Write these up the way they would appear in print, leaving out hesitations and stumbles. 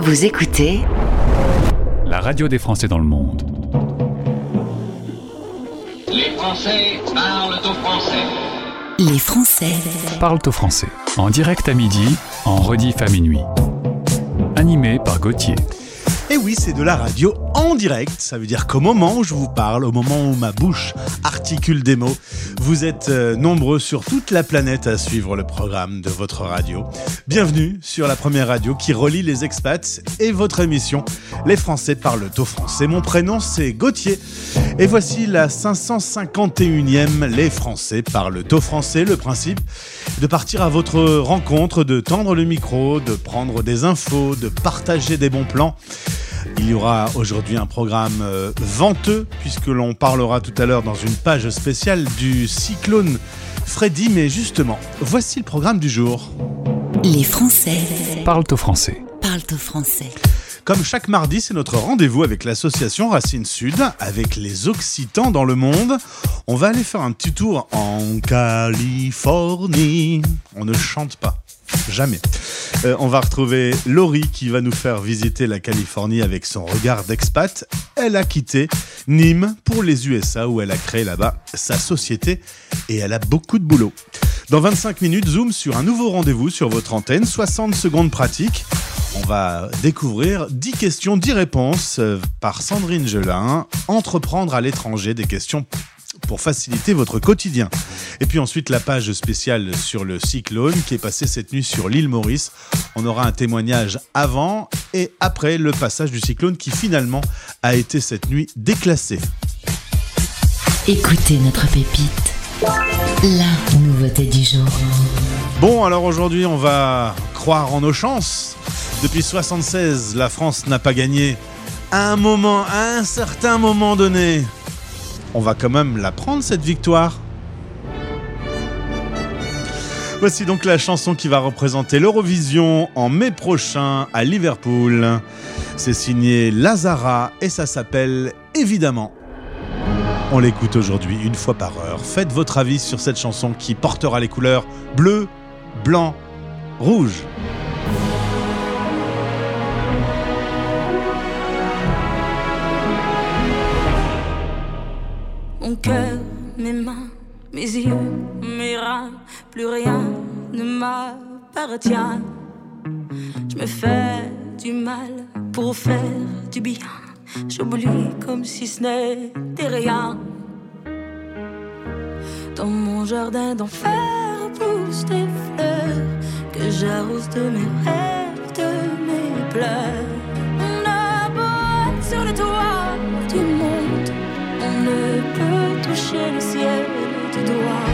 Vous écoutez la radio des Français dans le monde. Les Français parlent au français. Les Français Parlent au français. En direct à midi, en rediff à minuit. Animé par Gauthier. Et oui, c'est de la radio en direct. Ça veut dire qu'au moment où je vous parle, au moment où ma bouche articule des mots, vous êtes nombreux sur toute la planète à suivre le programme de votre radio. Bienvenue sur la première radio qui relie les expats et votre émission Les Français parlent au français. Mon prénom, c'est Gauthier. Et voici la 551e Les Français parlent au français. Le principe de partir à votre rencontre, de tendre le micro, de prendre des infos, de partager des bons plans. Il y aura aujourd'hui un programme venteux, puisque l'on parlera tout à l'heure dans une page spéciale du cyclone Freddy. Mais justement, voici le programme du jour. Les Français Parlent au français. parlent au français. Comme chaque mardi, c'est notre rendez-vous avec l'association Racine Sud, avec les Occitans dans le monde. On va aller faire un petit tour en Californie. On ne chante pas. Jamais. On va retrouver Laurie qui va nous faire visiter la Californie avec son regard d'expat. Elle a quitté Nîmes pour les USA où elle a créé là-bas sa société et elle a beaucoup de boulot. Dans 25 minutes, zoom sur un nouveau rendez-vous sur votre antenne, 60 secondes pratiques. On va découvrir 10 questions, 10 réponses par Sandrine Gelin. Entreprendre à l'étranger, des questions pour faciliter votre quotidien. Et puis ensuite, la page spéciale sur le cyclone qui est passé cette nuit sur l'île Maurice. On aura un témoignage avant et après le passage du cyclone qui finalement a été cette nuit déclassé. Écoutez notre pépite, la nouveauté du jour. Bon, alors aujourd'hui, on va croire en nos chances. Depuis 1976, la France n'a pas gagné. À un certain moment donné, on va quand même la prendre, cette victoire. Voici donc la chanson qui va représenter l'Eurovision en mai prochain à Liverpool. C'est signé Lazara et ça s'appelle Évidemment. On l'écoute aujourd'hui une fois par heure. Faites votre avis sur cette chanson qui portera les couleurs bleu, blanc, rouge. Mon cœur, mes mains, mes yeux, mes reins, plus rien ne m'appartient. Je me fais du mal pour faire du bien. J'oublie comme si ce n'était rien. Dans mon jardin d'enfer poussent des fleurs que j'arrose de mes rêves, de mes pleurs. On a beau être sur le toit du monde, on ne peut toucher le ciel du doigt.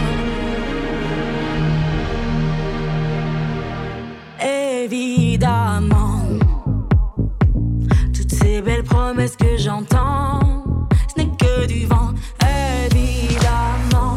Évidemment, toutes ces belles promesses que j'entends, ce n'est que du vent. Évidemment,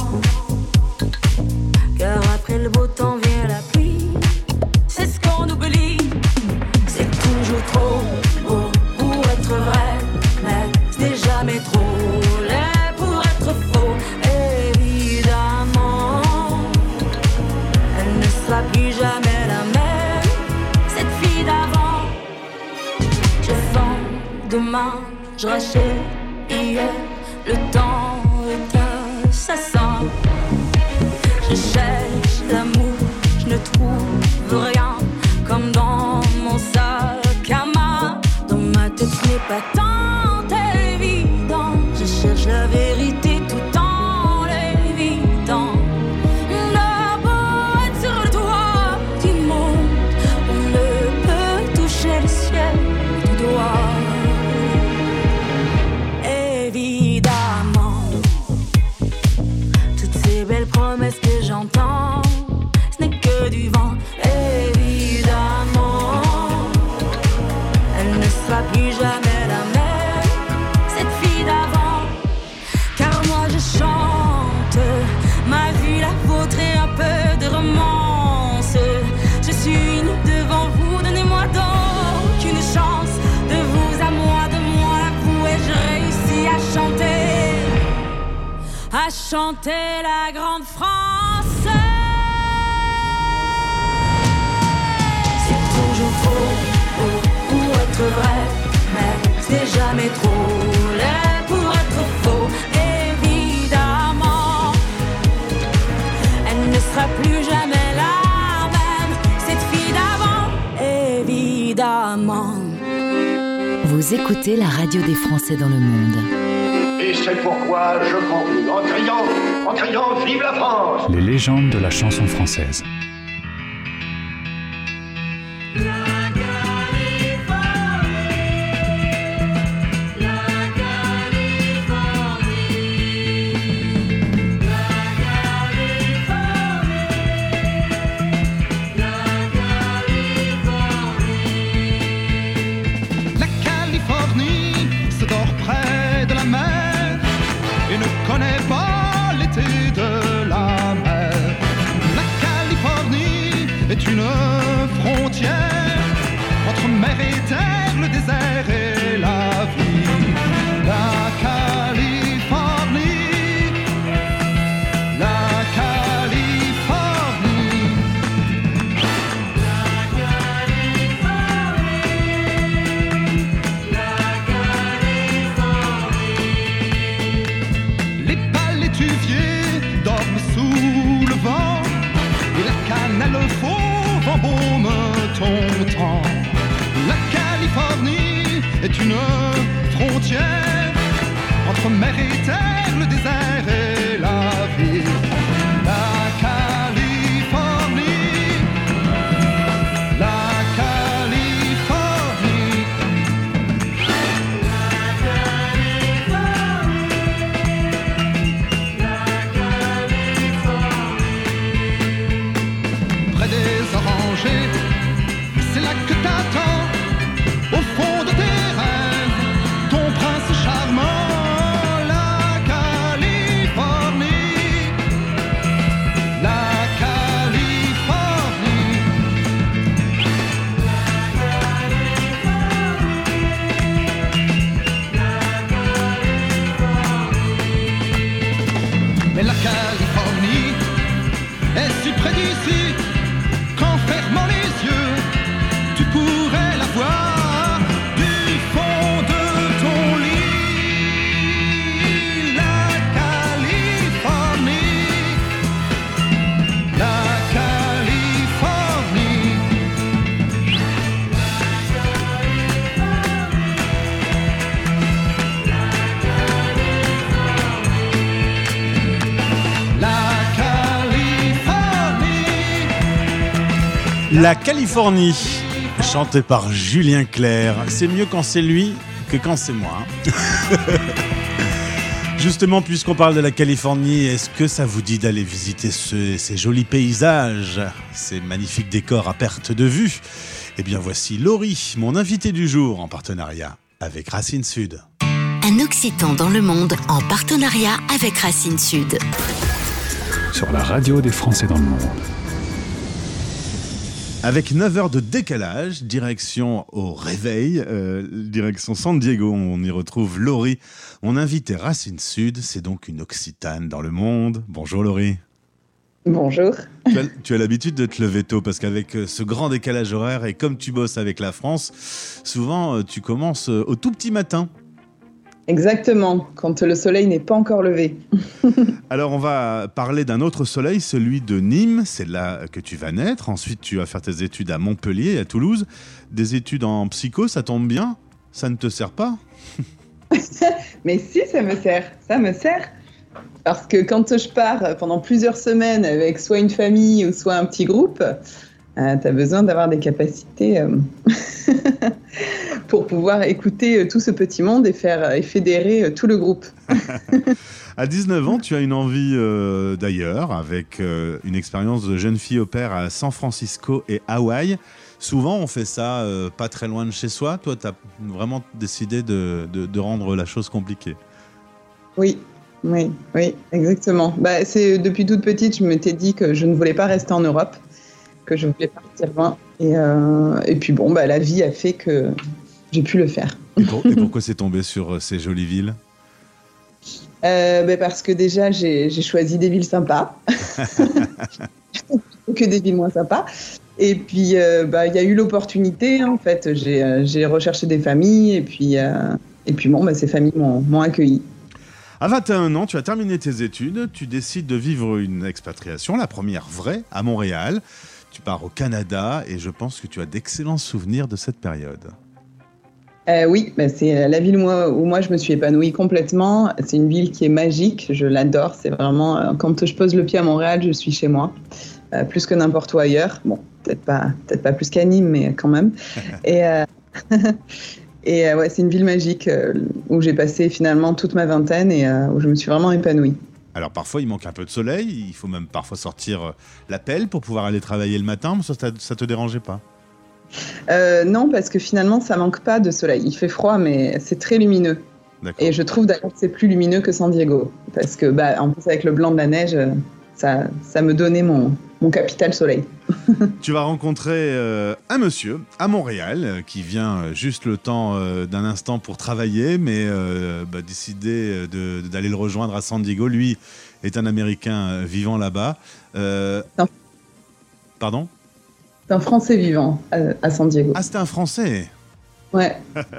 car après le beau temps vient la pluie. C'est ce qu'on oublie. C'est toujours trop beau pour être vrai, mais c'est jamais trop laid pour être faux. Évidemment, elle ne sera plus jamais la même, cette fille d'avant. Je vends demain, je rachète hier, le temps est assassin. Je cherche l'amour, je ne trouve rien, comme dans mon sac à main. Dans ma tête ce n'est pas tant évident. Je cherche la vérité tout en l'évitant. On a beau être sur le toit du monde, on ne peut toucher le ciel du doigt. Évidemment, toutes ces belles promesses que j'entends, ce n'est que du vent. Évidemment, elle ne sera plus jamais la même, cette fille d'avant. Car moi je chante ma vie, la vôtre et un peu de romance. Je suis unie devant vous, donnez-moi donc une chance. De vous à moi, de moi à vous, et je réussis à chanter la grande France. C'est toujours faux pour être jamais trop laid pour être faux. Évidemment, elle ne sera plus jamais la même, cette fille d'avant. Évidemment. Vous écoutez la radio des Français dans le monde. Et c'est pourquoi je conclue en criant vive la France. Les légendes de la chanson française. Connais pas l'été de la mer. La Californie est une frontière entre mer et terre, le désert et la vie. La Californie, la Californie, la Californie, la Californie. Les palétuviers dorment sous le vent et la cannelle au fauve embaume ton temps. La Californie est une frontière entre mer et terre, le désert et la vie. La Californie, la Californie, la Californie. Près des orangers, c'est là que t'attends, au fond de tes rêves, ton prince charmant. La Californie, la Californie, mais la Californie est si près d'ici qu'en fermant les yeux, tu pourrais la voir du fond de ton lit. La Californie, la Californie, la Californie. La Californie, chantée par Julien Clerc. C'est mieux quand c'est lui que quand c'est moi. Justement, puisqu'on parle de la Californie, est-ce que ça vous dit d'aller visiter ces jolis paysages, ces magnifiques décors à perte de vue ? Eh bien voici Laurie, mon invité du jour, en partenariat avec Racine Sud. Un Occitan dans le monde en partenariat avec Racine Sud. Sur la radio des Français dans le monde. Avec 9 heures de décalage, direction au réveil, direction San Diego, on y retrouve Laurie. Mon invité Racine Sud, c'est donc une Occitane dans le monde. Bonjour Laurie. Bonjour. Tu as l'habitude de te lever tôt parce qu'avec ce grand décalage horaire et comme tu bosses avec la France, souvent tu commences au tout petit matin. Exactement, quand le soleil n'est pas encore levé. Alors on va parler d'un autre soleil, celui de Nîmes, c'est là que tu vas naître. Ensuite tu vas faire tes études à Montpellier, à Toulouse. Des études en psycho, ça tombe bien ? Ça ne te sert pas ? Mais si, ça me sert. Parce que quand je pars pendant plusieurs semaines avec soit une famille ou soit un petit groupe, t'as besoin d'avoir des capacités pour pouvoir écouter tout ce petit monde et fédérer tout le groupe. À 19 ans, tu as une envie d'ailleurs, avec une expérience de jeune fille au pair à San Francisco et Hawaï. Souvent, on fait ça pas très loin de chez soi. Toi, tu as vraiment décidé de rendre la chose compliquée. Oui, exactement. C'est, depuis toute petite, je m'étais dit que je ne voulais pas rester en Europe, que je voulais partir loin. Et puis bon, la vie a fait que j'ai pu le faire. Et pourquoi c'est tombé sur ces jolies villes ? Parce que déjà, j'ai choisi des villes sympas, que des villes moins sympas. Et puis, y a eu l'opportunité, en fait. J'ai recherché des familles et puis Et puis bon, ces familles m'ont accueilli. À 21 ans, tu as terminé tes études, tu décides de vivre une expatriation, la première vraie, à Montréal. Tu pars au Canada et je pense que tu as d'excellents souvenirs de cette période. Oui, c'est la ville où moi je me suis épanouie complètement. C'est une ville qui est magique, je l'adore. C'est vraiment, quand je pose le pied à Montréal, je suis chez moi, plus que n'importe où ailleurs. Bon, peut-être pas plus qu'à Nîmes, mais quand même. Et c'est une ville magique où j'ai passé finalement toute ma vingtaine et où je me suis vraiment épanouie. Alors parfois il manque un peu de soleil, il faut même parfois sortir la pelle pour pouvoir aller travailler le matin, mais ça te dérangeait pas? Non, parce que finalement ça manque pas de soleil. Il fait froid, mais c'est très lumineux. D'accord. Et je trouve d'ailleurs que c'est plus lumineux que San Diego, parce que en plus avec le blanc de la neige, ça me donnait mon capital soleil. Tu vas rencontrer un monsieur à Montréal qui vient juste le temps d'un instant pour travailler, mais décider d'aller le rejoindre à San Diego. Lui est un Américain vivant là-bas. Pardon ? C'est un Français vivant à San Diego. Ah, c'était un Français ? Ouais.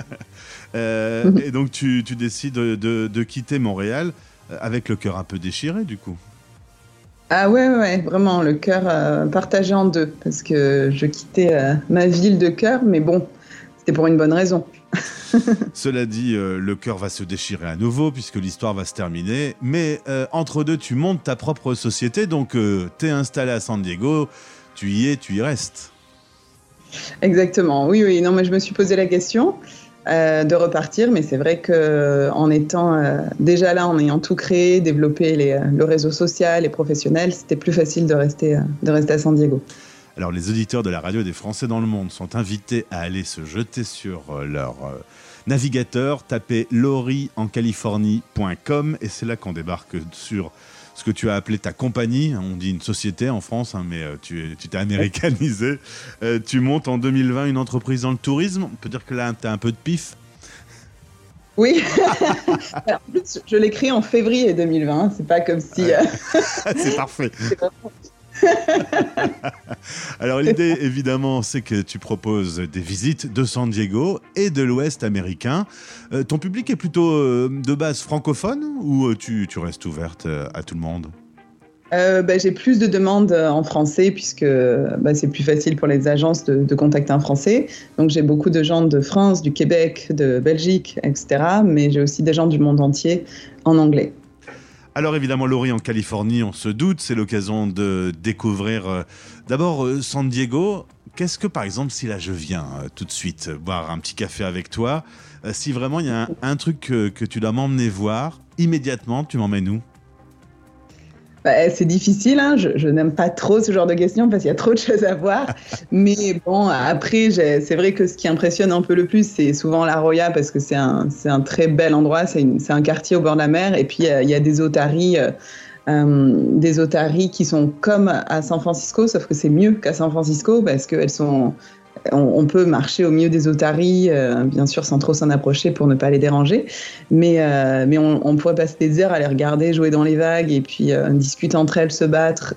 Et donc tu décides de quitter Montréal avec le cœur un peu déchiré du coup. Ah ouais, vraiment, le cœur partagé en deux, parce que je quittais ma ville de cœur, mais bon, c'était pour une bonne raison. Cela dit, le cœur va se déchirer à nouveau, puisque l'histoire va se terminer, mais entre deux, tu montes ta propre société, donc t'es installé à San Diego, tu y restes. Exactement, oui, non, mais je me suis posé la question de repartir, mais c'est vrai qu'en étant déjà là, en ayant tout créé, développé le réseau social et professionnel, c'était plus facile de rester à San Diego. Alors les auditeurs de la radio des Français dans le monde sont invités à aller se jeter sur leur navigateur, taper lauriencalifornie.com et c'est là qu'on débarque sur ce que tu as appelé ta compagnie, on dit une société en France, mais tu t'es américanisé. Tu montes en 2020 une entreprise dans le tourisme, on peut dire que là tu as un peu de pif. Oui, en plus, je l'ai créé en février 2020, c'est pas comme si... C'est parfait. Alors l'idée évidemment c'est que tu proposes des visites de San Diego et de l'Ouest américain. Ton public est plutôt de base francophone ou tu restes ouverte à tout le monde? J'ai plus de demandes en français puisque c'est plus facile pour les agences de contacter un Français. Donc j'ai beaucoup de gens de France, du Québec, de Belgique, etc. Mais j'ai aussi des gens du monde entier en anglais. Alors évidemment, Laurie, en Californie, on se doute, c'est l'occasion de découvrir d'abord San Diego. Qu'est-ce que, par exemple, si là je viens tout de suite boire un petit café avec toi, si vraiment il y a un truc que tu dois m'emmener voir, immédiatement, tu m'emmènes où ? C'est difficile, hein. Je n'aime pas trop ce genre de questions parce qu'il y a trop de choses à voir. Mais bon, après, c'est vrai que ce qui impressionne un peu le plus, c'est souvent La Jolla parce que c'est un très bel endroit. C'est un quartier au bord de la mer. Et puis, il y a des otaries qui sont comme à San Francisco, sauf que c'est mieux qu'à San Francisco parce qu'elles sont... On peut marcher au milieu des otaries, bien sûr sans trop s'en approcher pour ne pas les déranger, mais on pourrait passer des heures à les regarder jouer dans les vagues et puis discuter entre elles, se battre.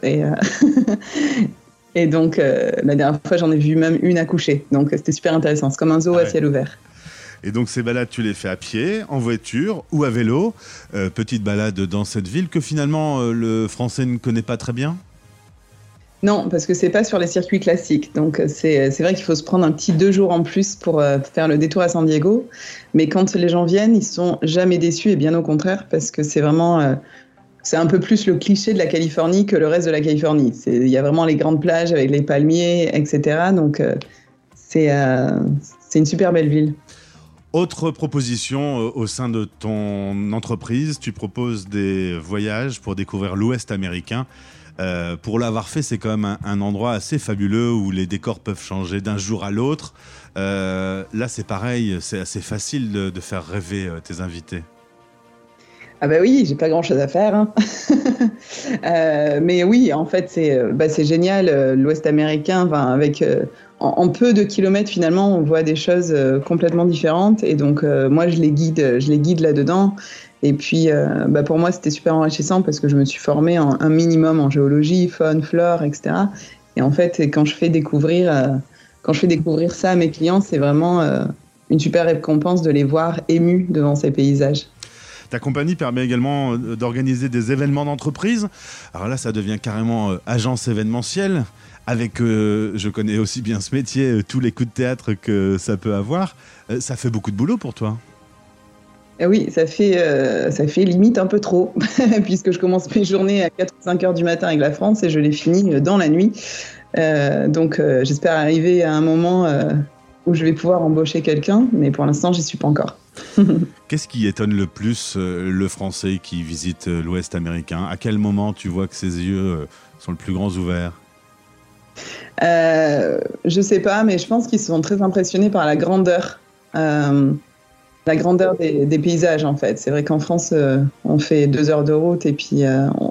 Et donc, la dernière fois, j'en ai vu même une accoucher. Donc, c'était super intéressant. C'est comme un zoo à ciel ouvert. Et donc, ces balades, tu les fais à pied, en voiture ou à vélo. Petite balade dans cette ville que finalement, le Français ne connaît pas très bien ? Non, parce que c'est pas sur les circuits classiques. Donc, c'est vrai qu'il faut se prendre un petit 2 jours en plus pour faire le détour à San Diego. Mais quand les gens viennent, ils sont jamais déçus et bien au contraire, parce que c'est vraiment... c'est un peu plus le cliché de la Californie que le reste de la Californie. Il y a vraiment les grandes plages avec les palmiers, etc. Donc, c'est une super belle ville. Autre proposition au sein de ton entreprise, tu proposes des voyages pour découvrir l'Ouest américain. Pour l'avoir fait, c'est quand même un endroit assez fabuleux où les décors peuvent changer d'un jour à l'autre. Là, c'est pareil, c'est assez facile de faire rêver tes invités. Ah bah oui, j'ai pas grand-chose à faire. Hein. Mais oui, en fait, c'est génial. L'Ouest américain, avec en peu de kilomètres, finalement, on voit des choses complètement différentes. Et donc, moi, je les guide là-dedans. Et puis, pour moi, c'était super enrichissant parce que je me suis formée un minimum en géologie, faune, flore, etc. Et en fait, quand je fais découvrir ça à mes clients, c'est vraiment une super récompense de les voir émus devant ces paysages. Ta compagnie permet également d'organiser des événements d'entreprise. Alors là, ça devient carrément agence événementielle. Avec, je connais aussi bien ce métier, tous les coups de théâtre que ça peut avoir. Ça fait beaucoup de boulot pour toi. Oui, ça fait limite un peu trop, puisque je commence mes journées à 4 ou 5 heures du matin avec la France et je les finis dans la nuit. Donc j'espère arriver à un moment où je vais pouvoir embaucher quelqu'un, mais pour l'instant, j'y suis pas encore. Qu'est-ce qui étonne le plus le Français qui visite l'Ouest américain ? À quel moment tu vois que ses yeux sont le plus grands ouverts ? Je sais pas, mais je pense qu'ils sont très impressionnés par la grandeur des paysages, en fait. C'est vrai qu'en France, on fait 2 heures de route et puis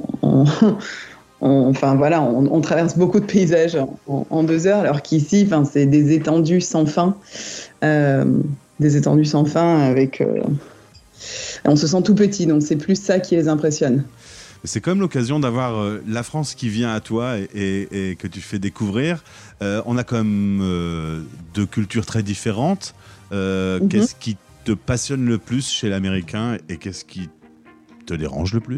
on traverse beaucoup de paysages en 2 heures, alors qu'ici, c'est des étendues sans fin. Avec... on se sent tout petit, donc c'est plus ça qui les impressionne. C'est quand même l'occasion d'avoir la France qui vient à toi et que tu fais découvrir. On a quand même 2 cultures très différentes. Qu'est-ce qui te passionne le plus chez l'Américain et qu'est-ce qui te dérange le plus ?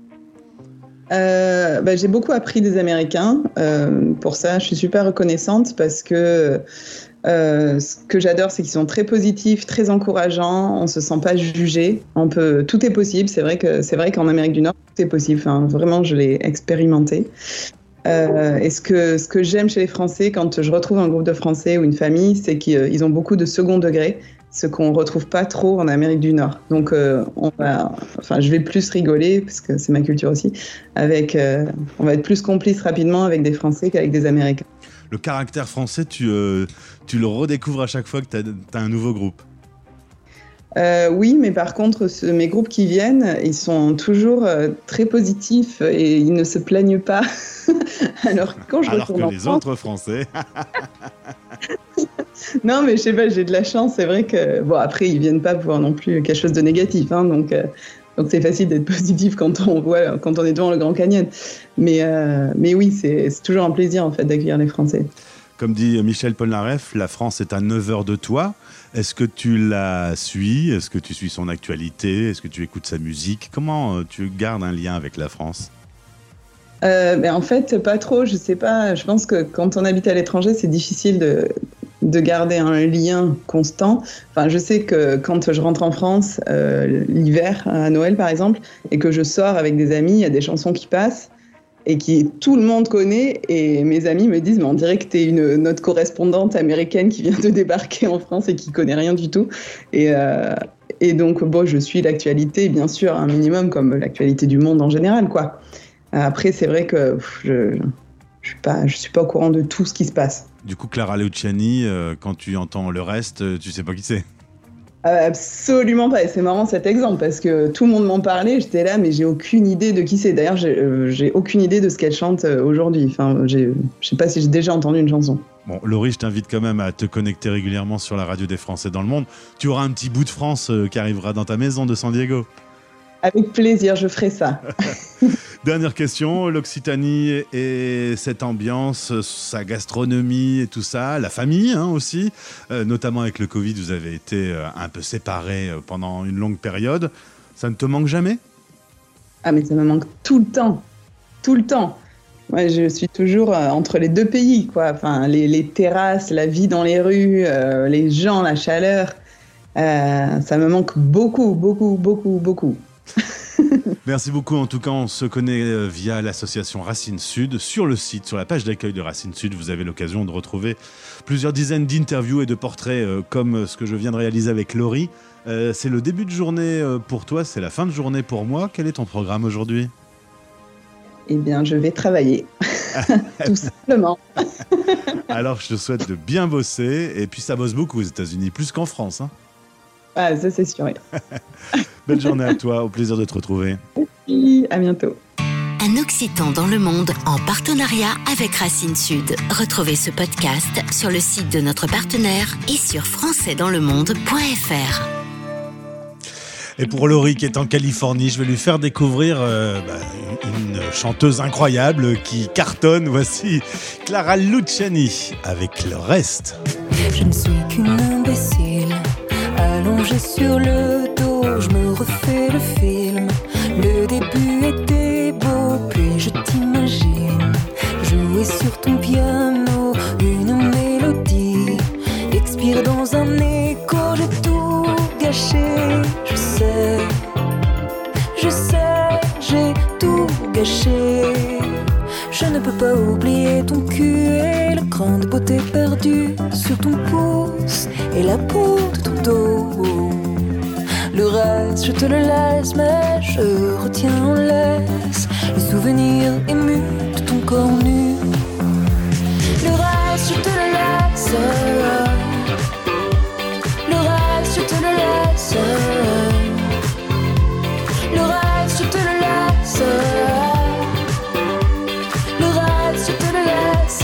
J'ai beaucoup appris des Américains. Pour ça, je suis super reconnaissante parce que ce que j'adore, c'est qu'ils sont très positifs, très encourageants. On se sent pas jugé. Tout est possible. C'est vrai qu'en Amérique du Nord, tout est possible. Vraiment, je l'ai expérimenté. Et ce que j'aime chez les Français, quand je retrouve un groupe de Français ou une famille, c'est qu'ils ont beaucoup de second degré, ce qu'on retrouve pas trop en Amérique du Nord. Donc, je vais plus rigoler, parce que c'est ma culture aussi, on va être plus complice rapidement avec des Français qu'avec des Américains. Le caractère français, tu le redécouvres à chaque fois que tu as un nouveau groupe. Oui, mais par contre, mes groupes qui viennent, ils sont toujours très positifs et ils ne se plaignent pas. Alors que les autres Français... Non, mais je sais pas, j'ai de la chance. C'est vrai que... Bon, après, ils viennent pas pour non plus quelque chose de négatif, hein, donc c'est facile d'être positif quand on est devant le Grand Canyon. Mais oui, c'est toujours un plaisir, en fait, d'accueillir les Français. Comme dit Michel Polnareff, la France est à 9 heures de toi. Est-ce que tu la suis ? Est-ce que tu suis son actualité ? Est-ce que tu écoutes sa musique ? Comment tu gardes un lien avec la France ? En fait, pas trop. Je sais pas. Je pense que quand on habite à l'étranger, c'est difficile de garder un lien constant. Enfin, je sais que quand je rentre en France, l'hiver, à Noël par exemple, et que je sors avec des amis, il y a des chansons qui passent et qui tout le monde connaît. Et mes amis me disent, mais on dirait que t'es notre correspondante américaine qui vient de débarquer en France et qui connaît rien du tout. Et donc, je suis l'actualité, bien sûr, un minimum, comme l'actualité du monde en général, quoi. Après, c'est vrai que je suis pas au courant de tout ce qui se passe. Du coup, Clara Luciani, quand tu entends le reste, tu sais pas qui c'est ? Absolument pas. Et c'est marrant cet exemple parce que tout le monde m'en parlait. J'étais là, mais j'ai aucune idée de qui c'est. D'ailleurs, j'ai aucune idée de ce qu'elle chante aujourd'hui. Enfin, je sais pas si j'ai déjà entendu une chanson. Bon, Laurie, je t'invite quand même à te connecter régulièrement sur la radio des Français dans le monde. Tu auras un petit bout de France qui arrivera dans ta maison de San Diego. Avec plaisir, je ferai ça. Dernière question, l'Occitanie et cette ambiance, sa gastronomie et tout ça, la famille aussi, notamment avec le Covid, vous avez été un peu séparés pendant une longue période. Ça ne te manque jamais ? Ah mais ça me manque tout le temps. Moi, je suis toujours entre les 2 pays, quoi. Enfin, les terrasses, la vie dans les rues, les gens, la chaleur. Ça me manque beaucoup. Merci beaucoup. En tout cas, on se connaît via l'association Racine Sud. Sur le site, sur la page d'accueil de Racine Sud, vous avez l'occasion de retrouver plusieurs dizaines d'interviews et de portraits comme ce que je viens de réaliser avec Laurie. C'est le début de journée pour toi, c'est la fin de journée pour moi. Quel est ton programme aujourd'hui ? Eh bien, je vais travailler, tout simplement. Alors, je te souhaite de bien bosser. Et puis, ça bosse beaucoup aux États-Unis, plus qu'en France, hein. Ah, ça c'est sûr. Oui. Belle journée à toi, au plaisir de te retrouver. Merci, à bientôt. Un Occitan dans le monde en partenariat avec Racine Sud. Retrouvez ce podcast sur le site de notre partenaire et sur françaisdanslemonde.fr. Et pour Laurie qui est en Californie, je vais lui faire découvrir une chanteuse incroyable qui cartonne. Voici Clara Luciani avec Le Reste. Je ne suis qu'une imbécile, allongée sur le dos, je me refais le film. Le début était beau, puis je t'imagine jouer sur ton piano une mélodie, expire dans un écho, j'ai tout gâché. Je sais, j'ai tout gâché. Je ne peux pas oublier ton cul et le cran de beauté perdu sur ton pouce et la peau de ton dos. Le reste, je te le laisse, mais je retiens en laisse le souvenir ému de ton corps nu. Le reste, je te le laisse. Le reste, je te le laisse. Le reste, je te le laisse. Le reste, je te le laisse.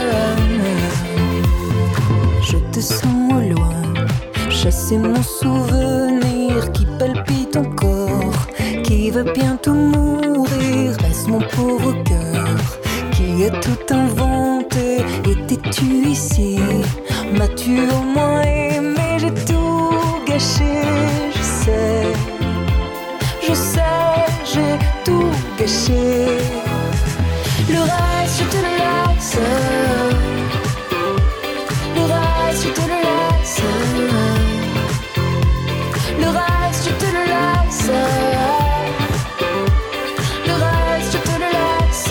Je te sens au loin, chasser mon souvenir qui palpite encore, qui va bientôt mourir. Reste mon pauvre cœur qui a tout inventé. Étais-tu ici? M'as-tu au moins aimé? J'ai tout gâché. Je sais, j'ai tout gâché. Le reste, je te le laisse. Le reste, je te le laisse. Le reste, je te le laisse. Le reste, je te le laisse.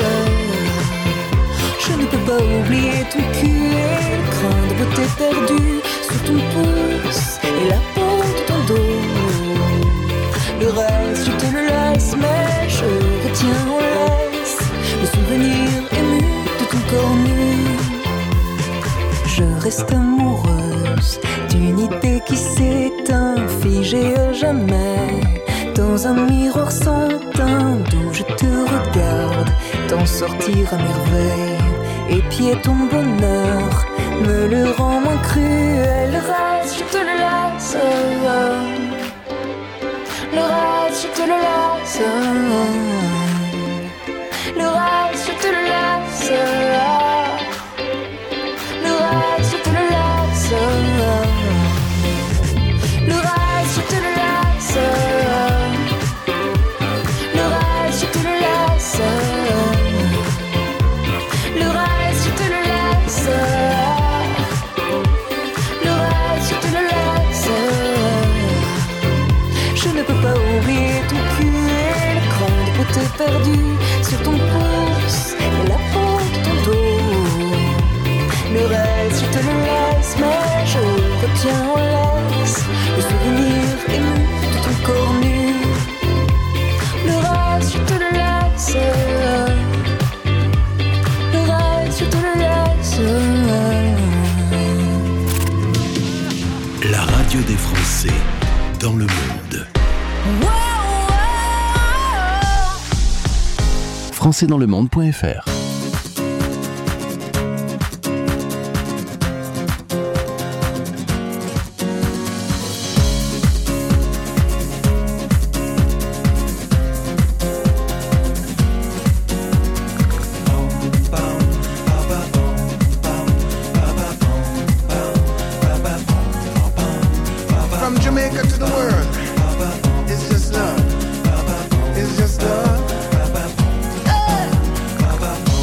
Je ne peux pas oublier ton cul et le crin de beauté perdu sur ton pouce et la peau de ton dos. Le reste, je te le laisse, mais je retiens en laisse le souvenir ému de ton corps nu. Je reste amoureuse d'une idée qui s'éteint, figée à jamais dans un miroir sans teint, d'où je te regarde t'en sortir à merveille. Épier ton bonheur me le rend moins cruel. Le reste, je te le laisse. Le reste, je te le laisse. Le reste, je te le laisse. Le reste, je te le laisse. Le reste, je te le laisse. Le reste, je te le laisse. Le reste, je te le laisse. Le reste, je te le laisse. Je ne peux pas oublier ton cul et le cran de beauté perdu sur ton pouce et la peau de ton dos. Le reste, je te le laisse, mais je retiens en laisse le souvenir ému de ton corps nu. Le reste, je te le laisse. Le reste, je te le laisse. La radio des Français dans le monde. Françaisdanslemonde.fr. From Jamaica to the world, it's just love. It's just love. Hey!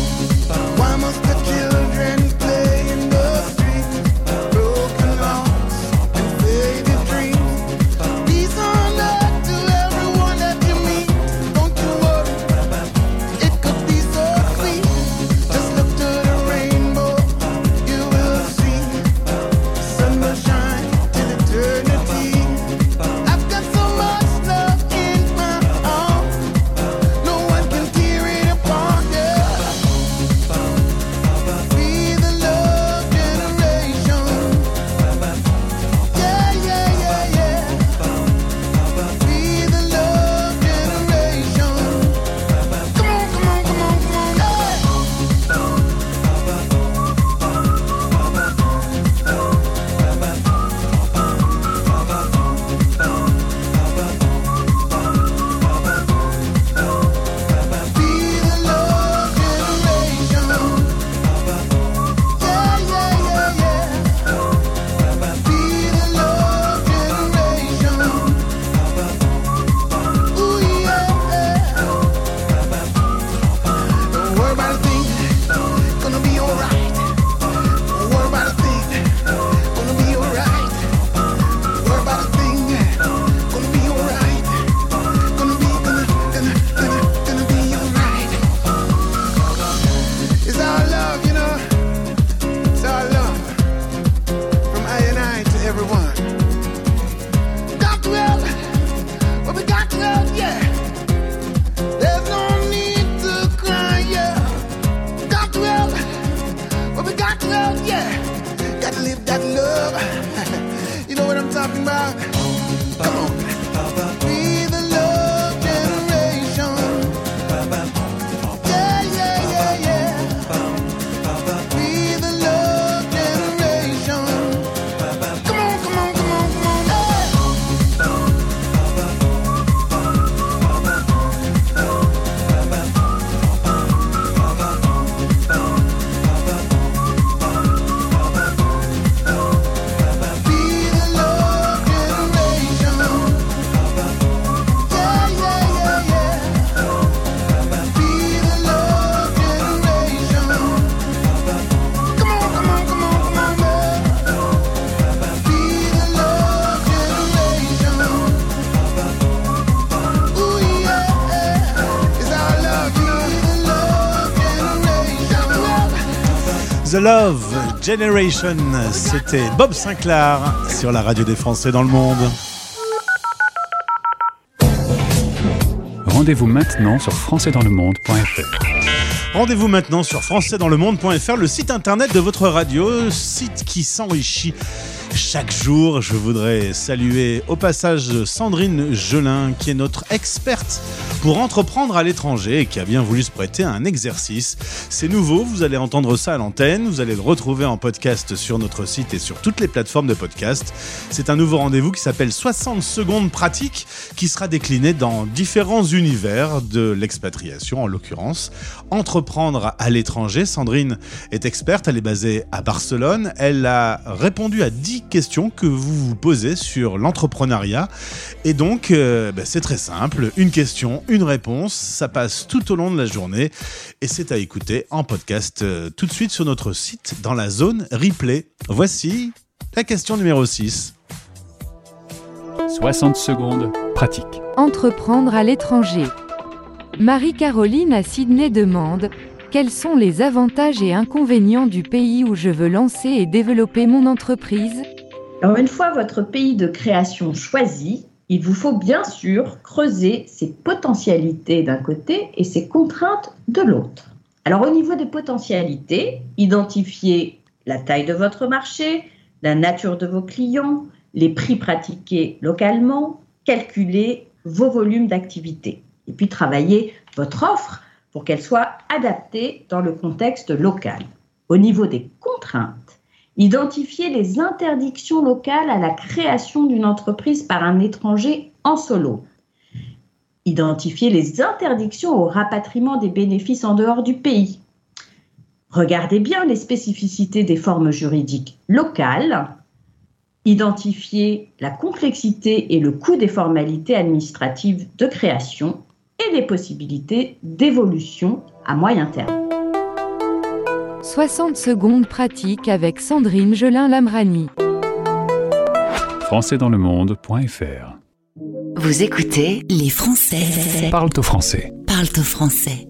The Love Generation, c'était Bob Sinclair sur la radio des Français dans le monde. Rendez-vous maintenant sur françaisdanslemonde.fr. Rendez-vous maintenant sur françaisdanslemonde.fr, le site internet de votre radio, site qui s'enrichit chaque jour. Je voudrais saluer au passage Sandrine Gelin, qui est notre experte pour entreprendre à l'étranger et qui a bien voulu se prêter à un exercice. C'est nouveau, vous allez entendre ça à l'antenne, vous allez le retrouver en podcast sur notre site et sur toutes les plateformes de podcast. C'est un nouveau rendez-vous qui s'appelle 60 secondes pratiques, qui sera décliné dans différents univers de l'expatriation, en l'occurrence entreprendre à l'étranger. Sandrine est experte, elle est basée à Barcelone, elle a répondu à 10 questions que vous vous posez sur l'entrepreneuriat et donc c'est très simple, une question, une réponse, ça passe tout au long de la journée et c'est à écouter en podcast tout de suite sur notre site dans la zone replay. Voici la question numéro 6. 60 secondes pratique. Entreprendre à l'étranger. Marie-Caroline à Sydney demande « Quels sont les avantages et inconvénients du pays où je veux lancer et développer mon entreprise ?» Alors une fois votre pays de création choisi, il vous faut bien sûr creuser ses potentialités d'un côté et ses contraintes de l'autre. Alors au niveau des potentialités, identifiez la taille de votre marché, la nature de vos clients, les prix pratiqués localement, calculez vos volumes d'activité. Et puis travailler votre offre pour qu'elle soit adaptée dans le contexte local. Au niveau des contraintes, identifiez les interdictions locales à la création d'une entreprise par un étranger en solo. Identifiez les interdictions au rapatriement des bénéfices en dehors du pays. Regardez bien les spécificités des formes juridiques locales. Identifiez la complexité et le coût des formalités administratives de création et les possibilités d'évolution à moyen terme. 60 secondes pratiques avec Sandrine Gelin-Lamrani. françaisdanslemonde.fr. Vous écoutez Les Français. Parle au français. Parle au français.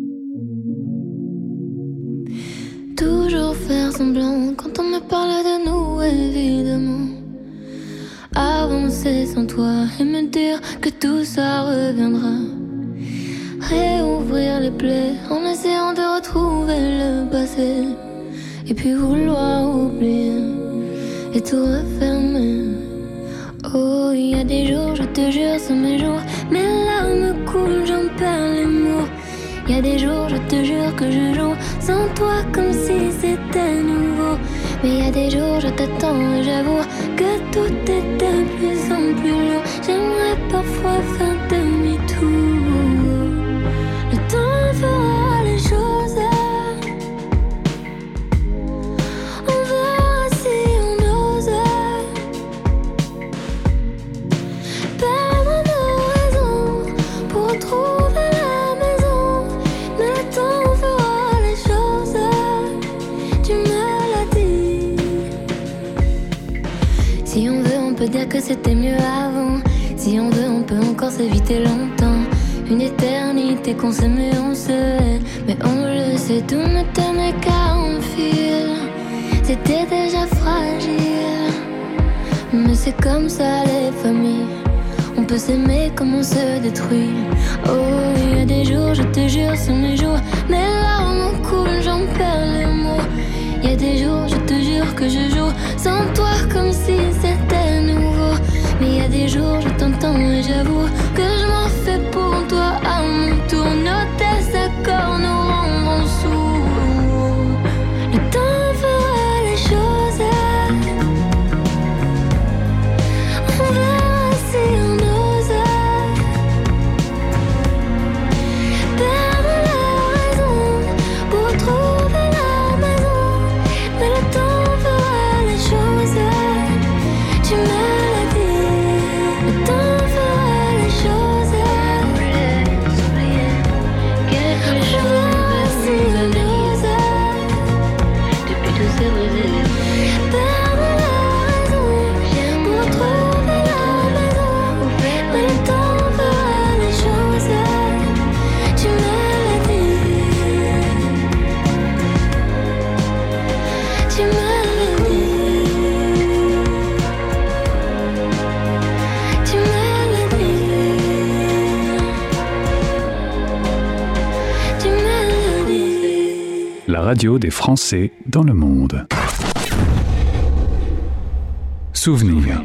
Toujours faire semblant quand on me parle de nous, évidemment. Avancer sans toi et me dire que tout ça reviendra. Réouvrir les plaies en essayant de retrouver le passé. Et puis vouloir oublier et tout refermer. Oh, il y a des jours, je te jure, sont mes jours. Mes larmes coulent, j'en perds les mots. Il y a des jours, je te jure que je joue sans toi comme si c'était nouveau. Mais il y a des jours, je t'attends et j'avoue que tout est de plus en plus lourd. J'aimerais parfois faire demi-tour. Le temps fera les choses. On verra si on ose perdre nos raisons pour retrouver la maison. Mais le temps fera les choses. Tu me l'as dit. Si on veut, on peut dire que c'était mieux avant. Si on veut, on peut encore s'éviter longtemps. Une éternité qu'on s'aimait, on se hait. Mais on le sait, tout ne tenait qu'à un fil. C'était déjà fragile. Mais c'est comme ça les familles. On peut s'aimer comme on se détruit. Oh, il y a des jours, je te jure, sont mes jours. Mes larmes coulent, j'en perds les mots. Il y a des jours, je te jure que je joue sans toi comme si c'était nouveau. Mais il y a des jours, je t'entends et j'avoue que je m'en fais pour toi à mon tour. Nos désaccords nous rendront sourds. Le temps fera les choses. On verra si on ose perdre la raison pour retrouver la maison. Mais le temps fera les choses. Tu me l'as dit. Le temps fera les choses. Je verrai si on ose depuis tous ces brisés. Perdre la raison pour retrouver la maison. Mais le temps fera les choses. Tu me l'as dit. radio des Français dans le monde. Souvenirs.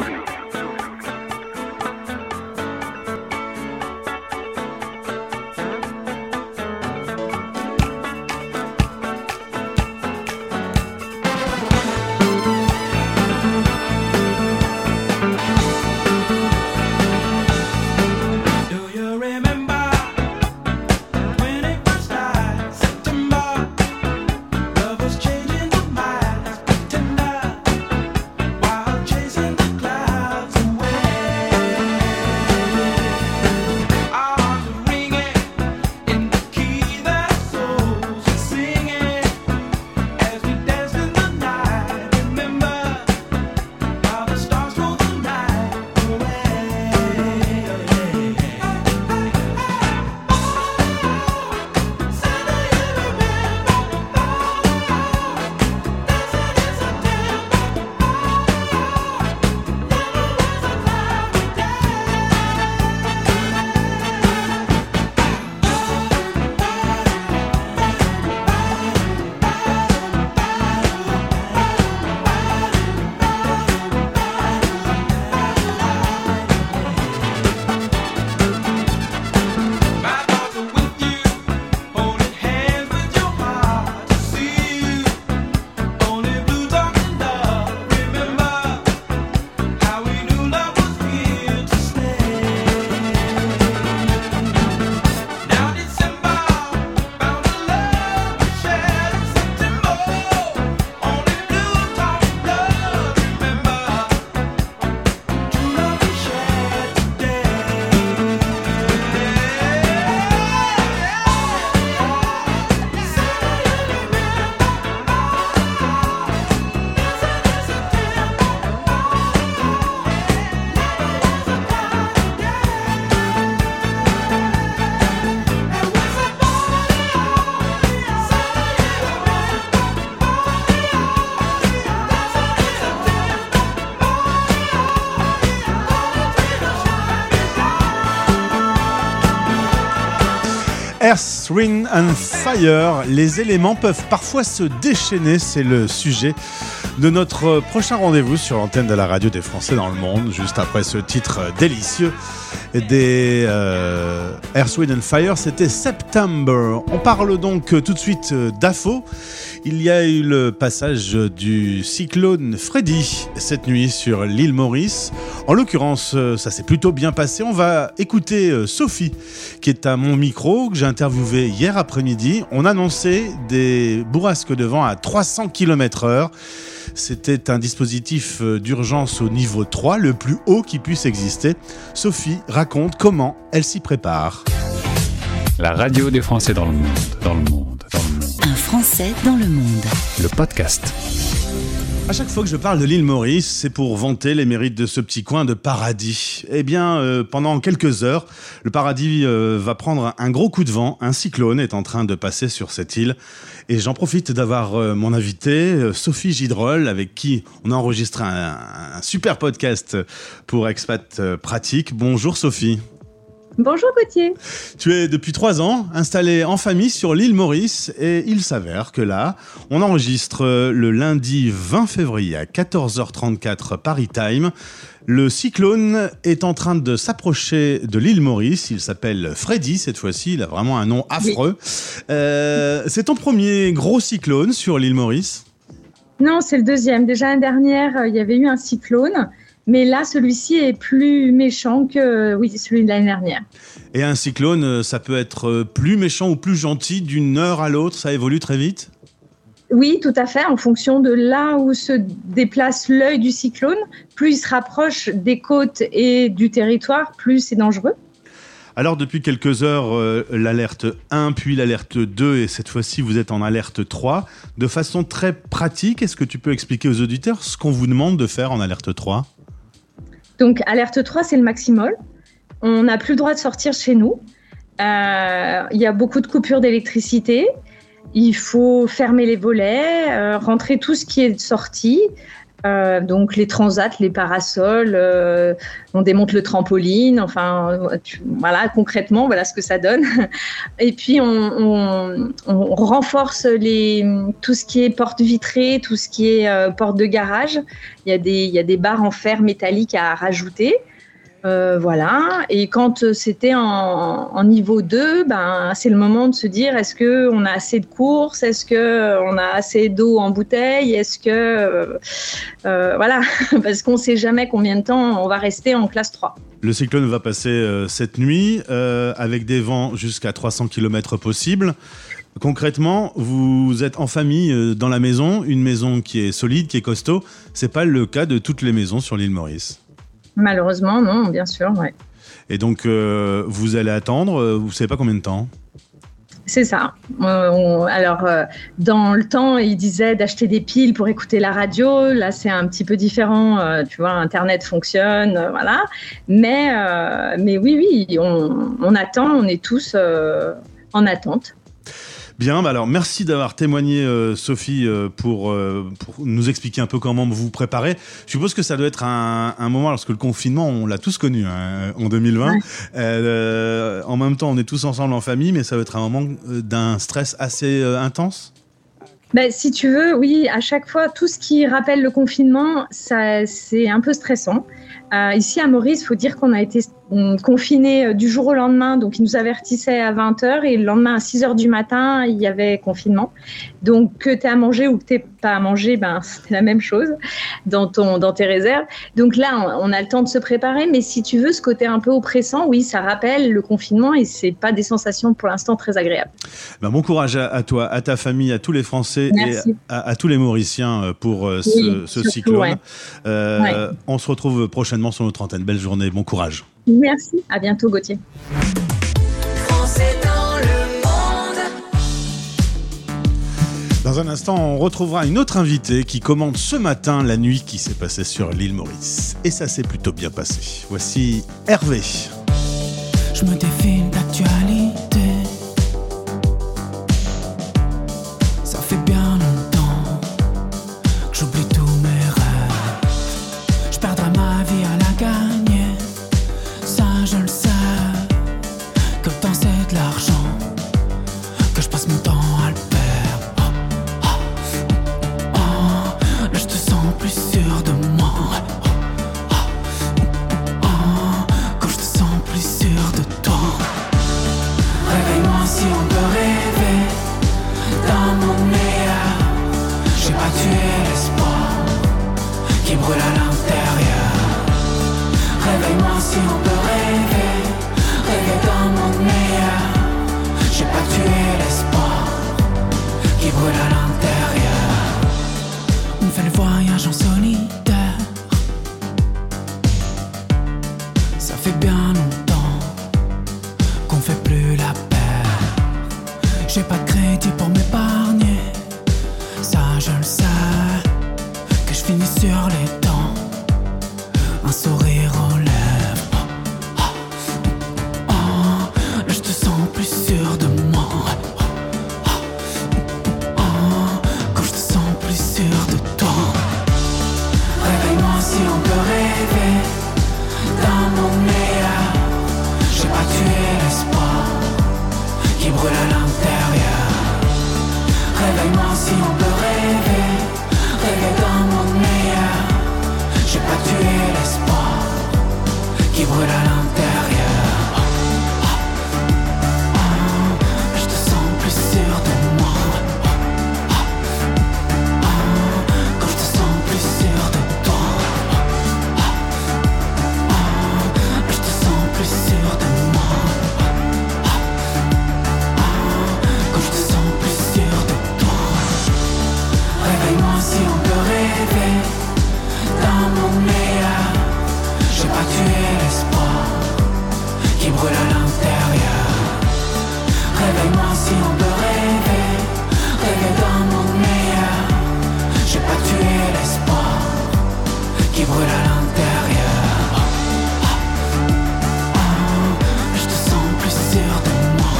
Earth, Wind and Fire, les éléments peuvent parfois se déchaîner, c'est le sujet de notre prochain rendez-vous sur l'antenne de la radio des Français dans le monde, juste après ce titre délicieux des Earth, Wind and Fire, c'était September. On parle donc tout de suite d'AFO. Il y a eu le passage du cyclone Freddy cette nuit sur l'île Maurice. En l'occurrence, ça s'est plutôt bien passé. On va écouter Sophie, qui est à mon micro, que j'ai interviewé hier après-midi. On annonçait des bourrasques de vent à 300 km/h. C'était un dispositif d'urgence au niveau 3, le plus haut qui puisse exister. Sophie raconte comment elle s'y prépare. La radio des Français dans le monde, dans le monde, dans le monde. Un Français dans le monde. Le podcast. À chaque fois que je parle de l'île Maurice, c'est pour vanter les mérites de ce petit coin de paradis. Eh bien, pendant quelques heures, le paradis va prendre un gros coup de vent. Un cyclone est en train de passer sur cette île. Et j'en profite d'avoir mon invitée, Sophie Gidrol, avec qui on a enregistré un super podcast pour Expat Pratique. Bonjour Sophie. Bonjour Gauthier. Tu es depuis 3 ans installée en famille sur l'île Maurice et il s'avère que là, on enregistre le lundi 20 février à 14h34 Paris Time. Le cyclone est en train de s'approcher de l'île Maurice. Il s'appelle Freddy cette fois-ci. Il a vraiment un nom affreux. Oui. C'est ton premier gros cyclone sur l'île Maurice ? Non, c'est le deuxième. Déjà l'année dernière, il y avait eu un cyclone. Mais là, celui-ci est plus méchant que celui de l'année dernière. Et un cyclone, ça peut être plus méchant ou plus gentil d'une heure à l'autre, ça évolue très vite ? Oui, tout à fait. En fonction de là où se déplace l'œil du cyclone, plus il se rapproche des côtes et du territoire, plus c'est dangereux. Alors, depuis quelques heures, l'alerte 1, puis l'alerte 2, et cette fois-ci, vous êtes en alerte 3. De façon très pratique, est-ce que tu peux expliquer aux auditeurs ce qu'on vous demande de faire en alerte 3 ? Donc, alerte 3, c'est le maximum. On n'a plus le droit de sortir chez nous. Il y a beaucoup de coupures d'électricité. Il faut fermer les volets, rentrer tout ce qui est sorti. Donc les transats, les parasols, on démonte le trampoline, enfin voilà, concrètement, voilà ce que ça donne. Et puis on renforce tout ce qui est porte vitrée, tout ce qui est porte de garage. Il y a des barres en fer métallique à rajouter. Voilà, et quand c'était en niveau 2, c'est le moment de se dire est-ce qu'on a assez de courses, est-ce qu'on a assez d'eau en bouteille, est-ce que voilà, parce qu'on ne sait jamais combien de temps on va rester en classe 3. Le cyclone va passer cette nuit avec des vents jusqu'à 300 km possibles. Concrètement, vous êtes en famille dans la maison, une maison qui est solide, qui est costaud. C'est pas le cas de toutes les maisons sur l'île Maurice. Malheureusement, non, bien sûr, ouais. Et donc, vous allez attendre, vous ne savez pas combien de temps ? C'est ça. Alors, dans le temps, il disait d'acheter des piles pour écouter la radio. Là, c'est un petit peu différent. Tu vois, Internet fonctionne, voilà. Mais oui, on attend, on est tous en attente. Bien, alors merci d'avoir témoigné, Sophie, pour nous expliquer un peu comment vous vous préparez. Je suppose que ça doit être un moment, lorsque le confinement, on l'a tous connu en 2020. Ouais. En même temps, on est tous ensemble en famille, mais ça doit être un moment d'un stress assez intense. Si tu veux, oui, à chaque fois, tout ce qui rappelle le confinement, c'est un peu stressant. Ici à Maurice, il faut dire qu'on a été confinés du jour au lendemain, donc ils nous avertissaient à 20h et le lendemain à 6h du matin, il y avait confinement. Donc que tu aies à manger ou que tu n'aies pas à manger, c'était la même chose dans tes réserves. Donc là, on a le temps de se préparer, mais si tu veux, ce côté un peu oppressant, oui, ça rappelle le confinement et c'est pas des sensations pour l'instant très agréables. Bon courage à toi, à ta famille, à tous les Français. Merci. Et à tous les Mauriciens pour ce cyclone. Ouais. On se retrouve prochainement sur notre antenne. Belle journée, bon courage. Merci, à bientôt Gauthier. Français dans le monde. Dans un instant, on retrouvera une autre invitée qui commente ce matin la nuit qui s'est passée sur l'île Maurice. Et ça s'est plutôt bien passé. Voici Hervé. Je me défile d'actualité. Ça fait bien longtemps que j'oublie tous mes rêves. Je perdrai ma vie à la gagner. Ça je le sais. Que le temps c'est de l'argent. Que je passe mon temps à le perdre. Là je te sens plus sûr de moi. Quand je te sens plus sûr de toi. Réveille-moi si on peut rêver d'un monde meilleur. J'ai pas tué l'espoir qui brûle à l'intérieur. Réveille-moi si on peut rêver d'un monde meilleur. J'ai pas tué l'espoir qui brûle à l'intérieur. On fait le voyage en solitaire. Ça fait bien longtemps qu'on fait plus la paire. J'ai pas de crédit pour m'épargner. Ça je le sais. Que je finis sur les dents. Un sourire aux lèvres. Là je te sens plus sûr de moi. Quand je te sens plus sûr de toi. Réveille-moi si on peut rêver d'un monde meilleur. J'ai pas tué l'espoir qui brûle à l'intérieur. Réveille-moi si on peut rêver d'un monde meilleur. J'ai pas tué l'espoir qui brûle à l'intérieur. Je te sens plus sûr de moi. Quand je te sens plus sûr de toi. Je te sens plus sûr de moi. Quand je te sens plus sûr de toi. Réveille-moi si on peut rêver d'un monde meilleur. J'ai pas tué l'espoir qui brûle à l'intérieur. Réveille-moi si on peut rêver d'un monde meilleur. J'ai pas tué l'espoir qui brûle à l'intérieur. Je te sens plus sûr de moi.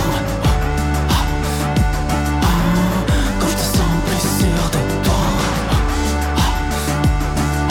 Quand je te sens plus sûr de toi.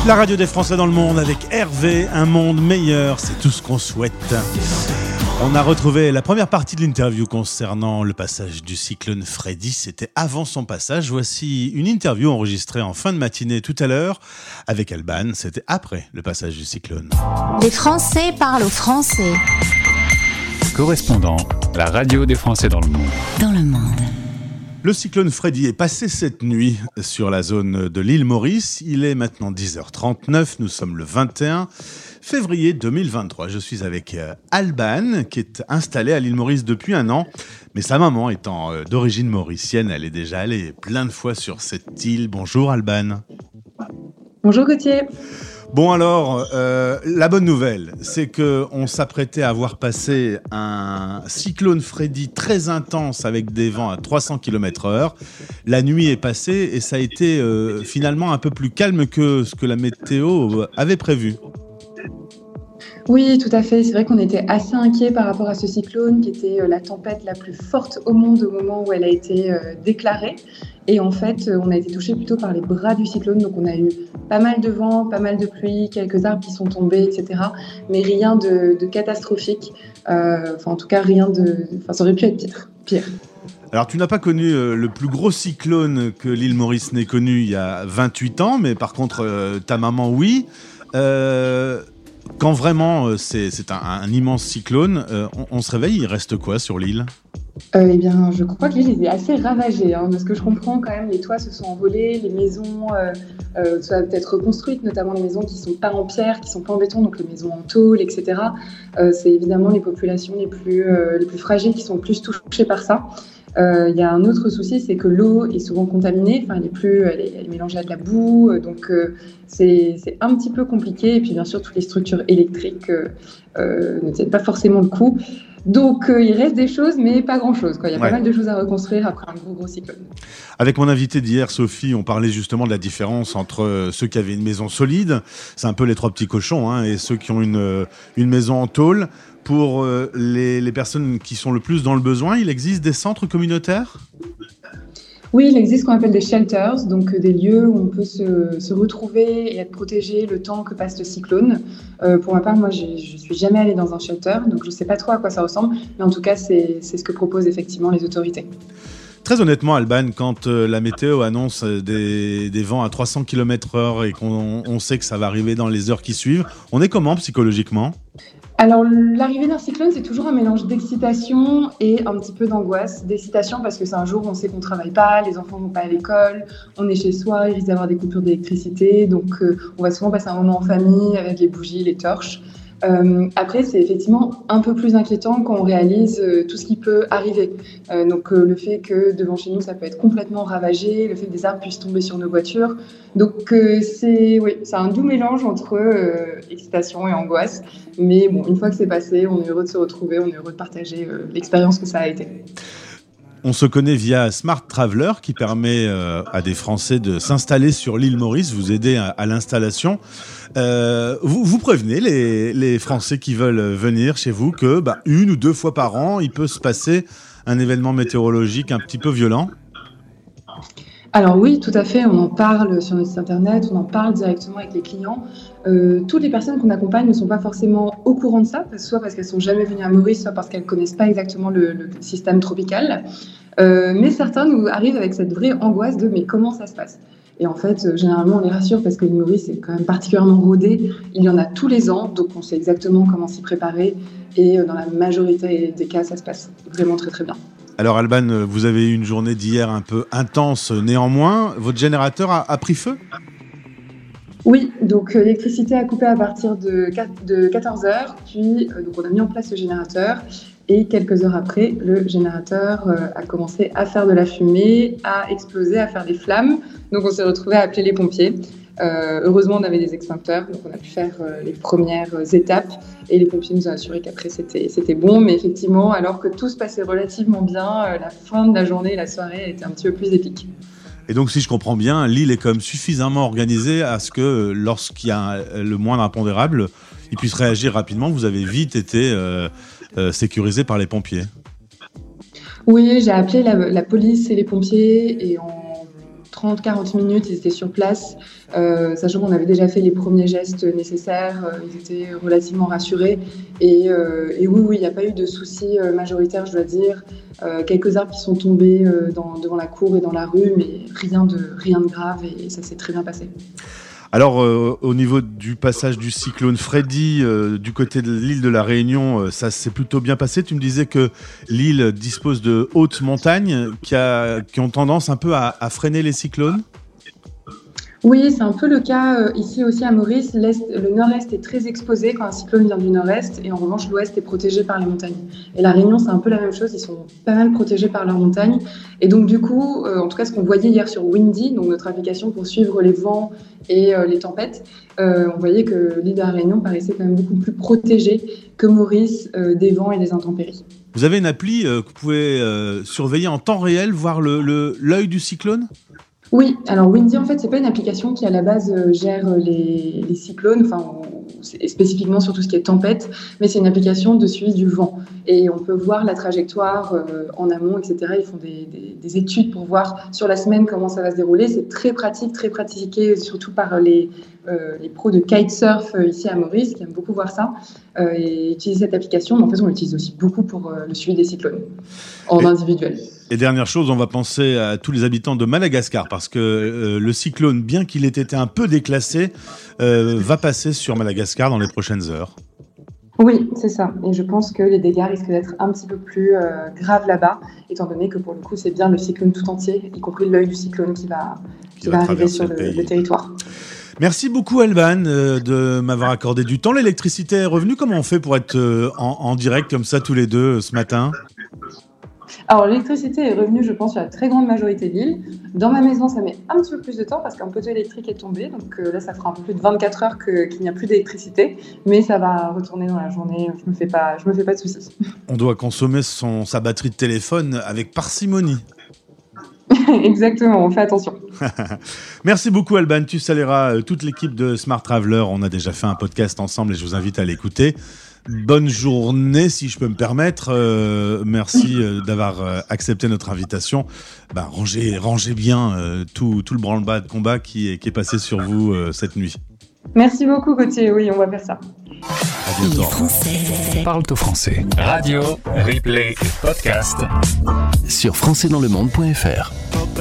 La radio des Français dans le monde avec Hervé, un monde meilleur, c'est tout ce qu'on souhaite. On a retrouvé la première partie de l'interview concernant le passage du cyclone Freddy. C'était avant son passage. Voici une interview enregistrée en fin de matinée tout à l'heure avec Alban. C'était après le passage du cyclone. Les Français parlent aux Français. Correspondant, la radio des Français dans le monde. Dans le monde. Le cyclone Freddy est passé cette nuit sur la zone de l'île Maurice. Il est maintenant 10h39, nous sommes le 21 février 2023. Je suis avec Alban, qui est installée à l'île Maurice depuis un an. Mais sa maman étant d'origine mauricienne, elle est déjà allée plein de fois sur cette île. Bonjour Alban. Bonjour Gauthier. Bon alors, la bonne nouvelle, c'est qu'on s'apprêtait à voir passer un cyclone Freddy très intense avec des vents à 300 km/h. La nuit est passée et ça a été finalement un peu plus calme que ce que la météo avait prévu. Oui, tout à fait. C'est vrai qu'on était assez inquiets par rapport à ce cyclone qui était la tempête la plus forte au monde au moment où elle a été déclarée. Et en fait, on a été touché plutôt par les bras du cyclone. Donc on a eu pas mal de vent, pas mal de pluie, quelques arbres qui sont tombés, etc. Mais rien de catastrophique. En tout cas, rien de... ça aurait pu être pire. Alors, tu n'as pas connu le plus gros cyclone que l'île Maurice n'ait connu il y a 28 ans, mais par contre, ta maman, oui. Quand vraiment c'est un immense cyclone, on se réveille, il reste quoi sur l'île ? Eh bien, je crois que l'île est assez ravagée. De ce que je comprends, quand même, les toits se sont envolés, les maisons doivent être reconstruites, notamment les maisons qui ne sont pas en pierre, qui ne sont pas en béton, donc les maisons en tôle, etc. C'est évidemment les populations les plus fragiles qui sont le plus touchées par ça. Il y a un autre souci, c'est que l'eau est souvent contaminée, elle est mélangée à de la boue, donc c'est un petit peu compliqué. Et puis bien sûr, toutes les structures électriques ne tiennent pas forcément le coup. Donc il reste des choses, mais pas grand-chose. Il y a pas mal de choses à reconstruire après un gros cyclone. Avec mon invité d'hier, Sophie, on parlait justement de la différence entre ceux qui avaient une maison solide, c'est un peu les trois petits cochons, et ceux qui ont une maison en tôle. Pour les personnes qui sont le plus dans le besoin, il existe des centres communautaires ? Oui, il existe ce qu'on appelle des shelters, donc des lieux où on peut se retrouver et être protégé le temps que passe le cyclone. Pour ma part, moi, je suis jamais allée dans un shelter, donc je ne sais pas trop à quoi ça ressemble, mais en tout cas, c'est ce que proposent effectivement les autorités. Très honnêtement, Alban, quand la météo annonce des vents à 300 km/h et qu'on sait que ça va arriver dans les heures qui suivent, on est comment psychologiquement ? Alors, l'arrivée d'un cyclone, c'est toujours un mélange d'excitation et un petit peu d'angoisse. D'excitation parce que c'est un jour où on sait qu'on ne travaille pas, les enfants ne vont pas à l'école, on est chez soi, il risque d'avoir des coupures d'électricité, donc on va souvent passer un moment en famille avec les bougies, les torches. Après, c'est effectivement un peu plus inquiétant quand on réalise tout ce qui peut arriver. Donc, le fait que devant chez nous, ça peut être complètement ravagé, le fait que des arbres puissent tomber sur nos voitures. Donc, c'est un doux mélange entre excitation et angoisse. Mais bon, une fois que c'est passé, on est heureux de se retrouver, on est heureux de partager l'expérience que ça a été. On se connaît via Smart Traveler qui permet à des Français de s'installer sur l'île Maurice, vous aider à l'installation. Vous prévenez les Français qui veulent venir chez vous que une ou deux fois par an, il peut se passer un événement météorologique un petit peu violent ? Alors oui, tout à fait, on en parle sur notre site internet, on en parle directement avec les clients. Toutes les personnes qu'on accompagne ne sont pas forcément au courant de ça, soit parce qu'elles ne sont jamais venues à Maurice, soit parce qu'elles ne connaissent pas exactement le système tropical. Mais certains nous arrivent avec cette vraie angoisse de « mais comment ça se passe ?» Et en fait, généralement, on les rassure parce que l'île Maurice est quand même particulièrement rodée. Il y en a tous les ans, donc on sait exactement comment s'y préparer. Et dans la majorité des cas, ça se passe vraiment très très bien. Alors Alban, vous avez eu une journée d'hier un peu intense néanmoins. Votre générateur a pris feu ? Oui, donc l'électricité a coupé à partir de 14h, puis donc on a mis en place le générateur et quelques heures après, le générateur a commencé à faire de la fumée, à exploser, à faire des flammes. Donc on s'est retrouvé à appeler les pompiers. Heureusement, on avait des extincteurs, donc on a pu faire les premières étapes et les pompiers nous ont assuré qu'après c'était bon. Mais effectivement, alors que tout se passait relativement bien, la fin de la journée et la soirée était un petit peu plus épique. Et donc, si je comprends bien, l'île est quand même suffisamment organisée à ce que lorsqu'il y a le moindre impondérable, il puisse réagir rapidement. Vous avez vite été sécurisé par les pompiers. Oui, j'ai appelé la police et les pompiers et en 30-40 minutes, ils étaient sur place, sachant qu'on avait déjà fait les premiers gestes nécessaires, ils étaient relativement rassurés. Et oui, il n'y a pas eu de soucis majoritaires, je dois dire. Quelques arbres qui sont tombés devant la cour et dans la rue, mais rien de grave et ça s'est très bien passé. Alors, au niveau du passage du cyclone Freddy du côté de l'île de la Réunion, ça s'est plutôt bien passé. Tu me disais que l'île dispose de hautes montagnes qui ont tendance un peu à freiner les cyclones. Oui, c'est un peu le cas ici aussi à Maurice. Le nord-est est très exposé quand un cyclone vient du nord-est et en revanche l'ouest est protégé par les montagnes. Et la Réunion, c'est un peu la même chose, ils sont pas mal protégés par leurs montagnes. Et donc du coup, en tout cas ce qu'on voyait hier sur Windy, donc notre application pour suivre les vents et les tempêtes, on voyait que l'île de la Réunion paraissait quand même beaucoup plus protégée que Maurice des vents et des intempéries. Vous avez une appli que vous pouvez surveiller en temps réel, voir l'œil du cyclone ? Oui, alors Windy, en fait, c'est pas une application qui à la base gère les cyclones, spécifiquement sur tout ce qui est tempête, mais c'est une application de suivi du vent. Et on peut voir la trajectoire en amont, etc. Ils font des études pour voir sur la semaine comment ça va se dérouler. C'est très pratique, très pratiqué, surtout par les pros de kitesurf ici à Maurice, qui aiment beaucoup voir ça et utiliser cette application. Mais en fait, on l'utilise aussi beaucoup pour le suivi des cyclones en individuel. Et dernière chose, on va penser à tous les habitants de Madagascar parce que le cyclone, bien qu'il ait été un peu déclassé, va passer sur Madagascar dans les prochaines heures. Oui, c'est ça. Et je pense que les dégâts risquent d'être un petit peu plus graves là-bas, étant donné que pour le coup, c'est bien le cyclone tout entier, y compris l'œil du cyclone qui va arriver sur le territoire. Merci beaucoup Alban de m'avoir accordé du temps. L'électricité est revenue. Comment on fait pour être en direct comme ça tous les deux ce matin ? Alors l'électricité est revenue, je pense, sur la très grande majorité de l'île. Dans ma maison, ça met un petit peu plus de temps parce qu'un poteau électrique est tombé. Donc là, ça fera un peu plus de 24 heures qu'il n'y a plus d'électricité. Mais ça va retourner dans la journée. Je me fais pas de soucis. On doit consommer sa batterie de téléphone avec parcimonie. Exactement, on fait attention. Merci beaucoup Alban, tu salueras toute l'équipe de Smart Traveler. On a déjà fait un podcast ensemble et je vous invite à l'écouter. Bonne journée si je peux me permettre. Merci d'avoir accepté notre invitation. Rangez bien tout le branle-bas de combat qui est passé sur vous cette nuit. Merci beaucoup Gauthier, oui on va faire ça. À bientôt. Parle-toi français. Radio, replay et podcast sur françaisdanslemonde.fr.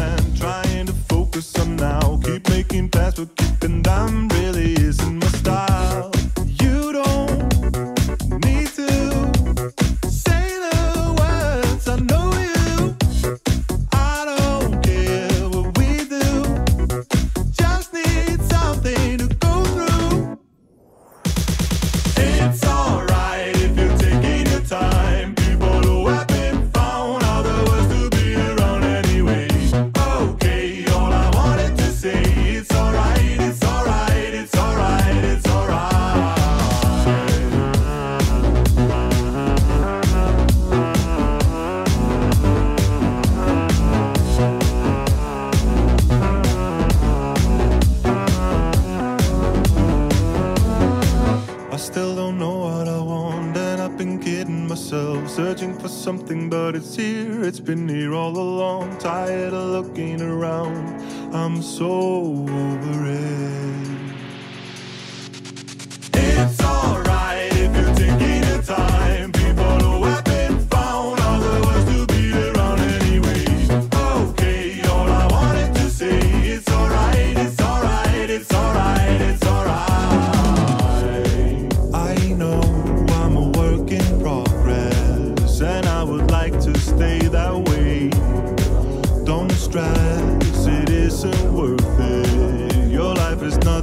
Searching for something, but it's here. It's been here all along. Tired of looking around. I'm so over it. It's alright if you're taking your time. People who have been found are the ones to be around anyway. Okay, all I wanted to say, it's alright, it's alright, it's alright, it's alright. I know I'm a work in progress, and I would like to stay that way. Don't stress, it isn't worth it. Your life is not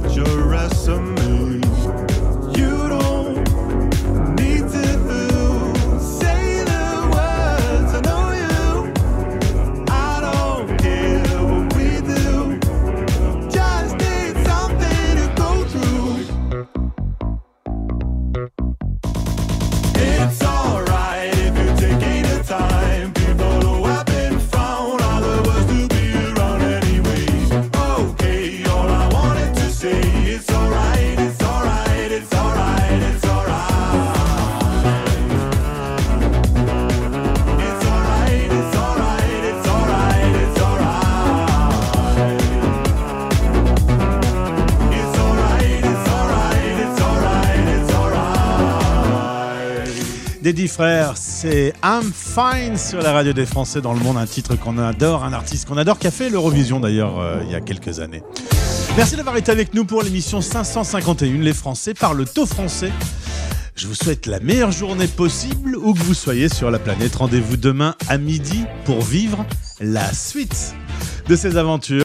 des 10 frères, c'est I'm Fine sur la radio des Français dans le monde, un titre qu'on adore, un artiste qu'on adore, qui a fait l'Eurovision d'ailleurs il y a quelques années. Merci d'avoir été avec nous pour l'émission 551, Les Français parlent au français. Je vous souhaite la meilleure journée possible où que vous soyez sur la planète. Rendez-vous demain à midi pour vivre la suite de ces aventures.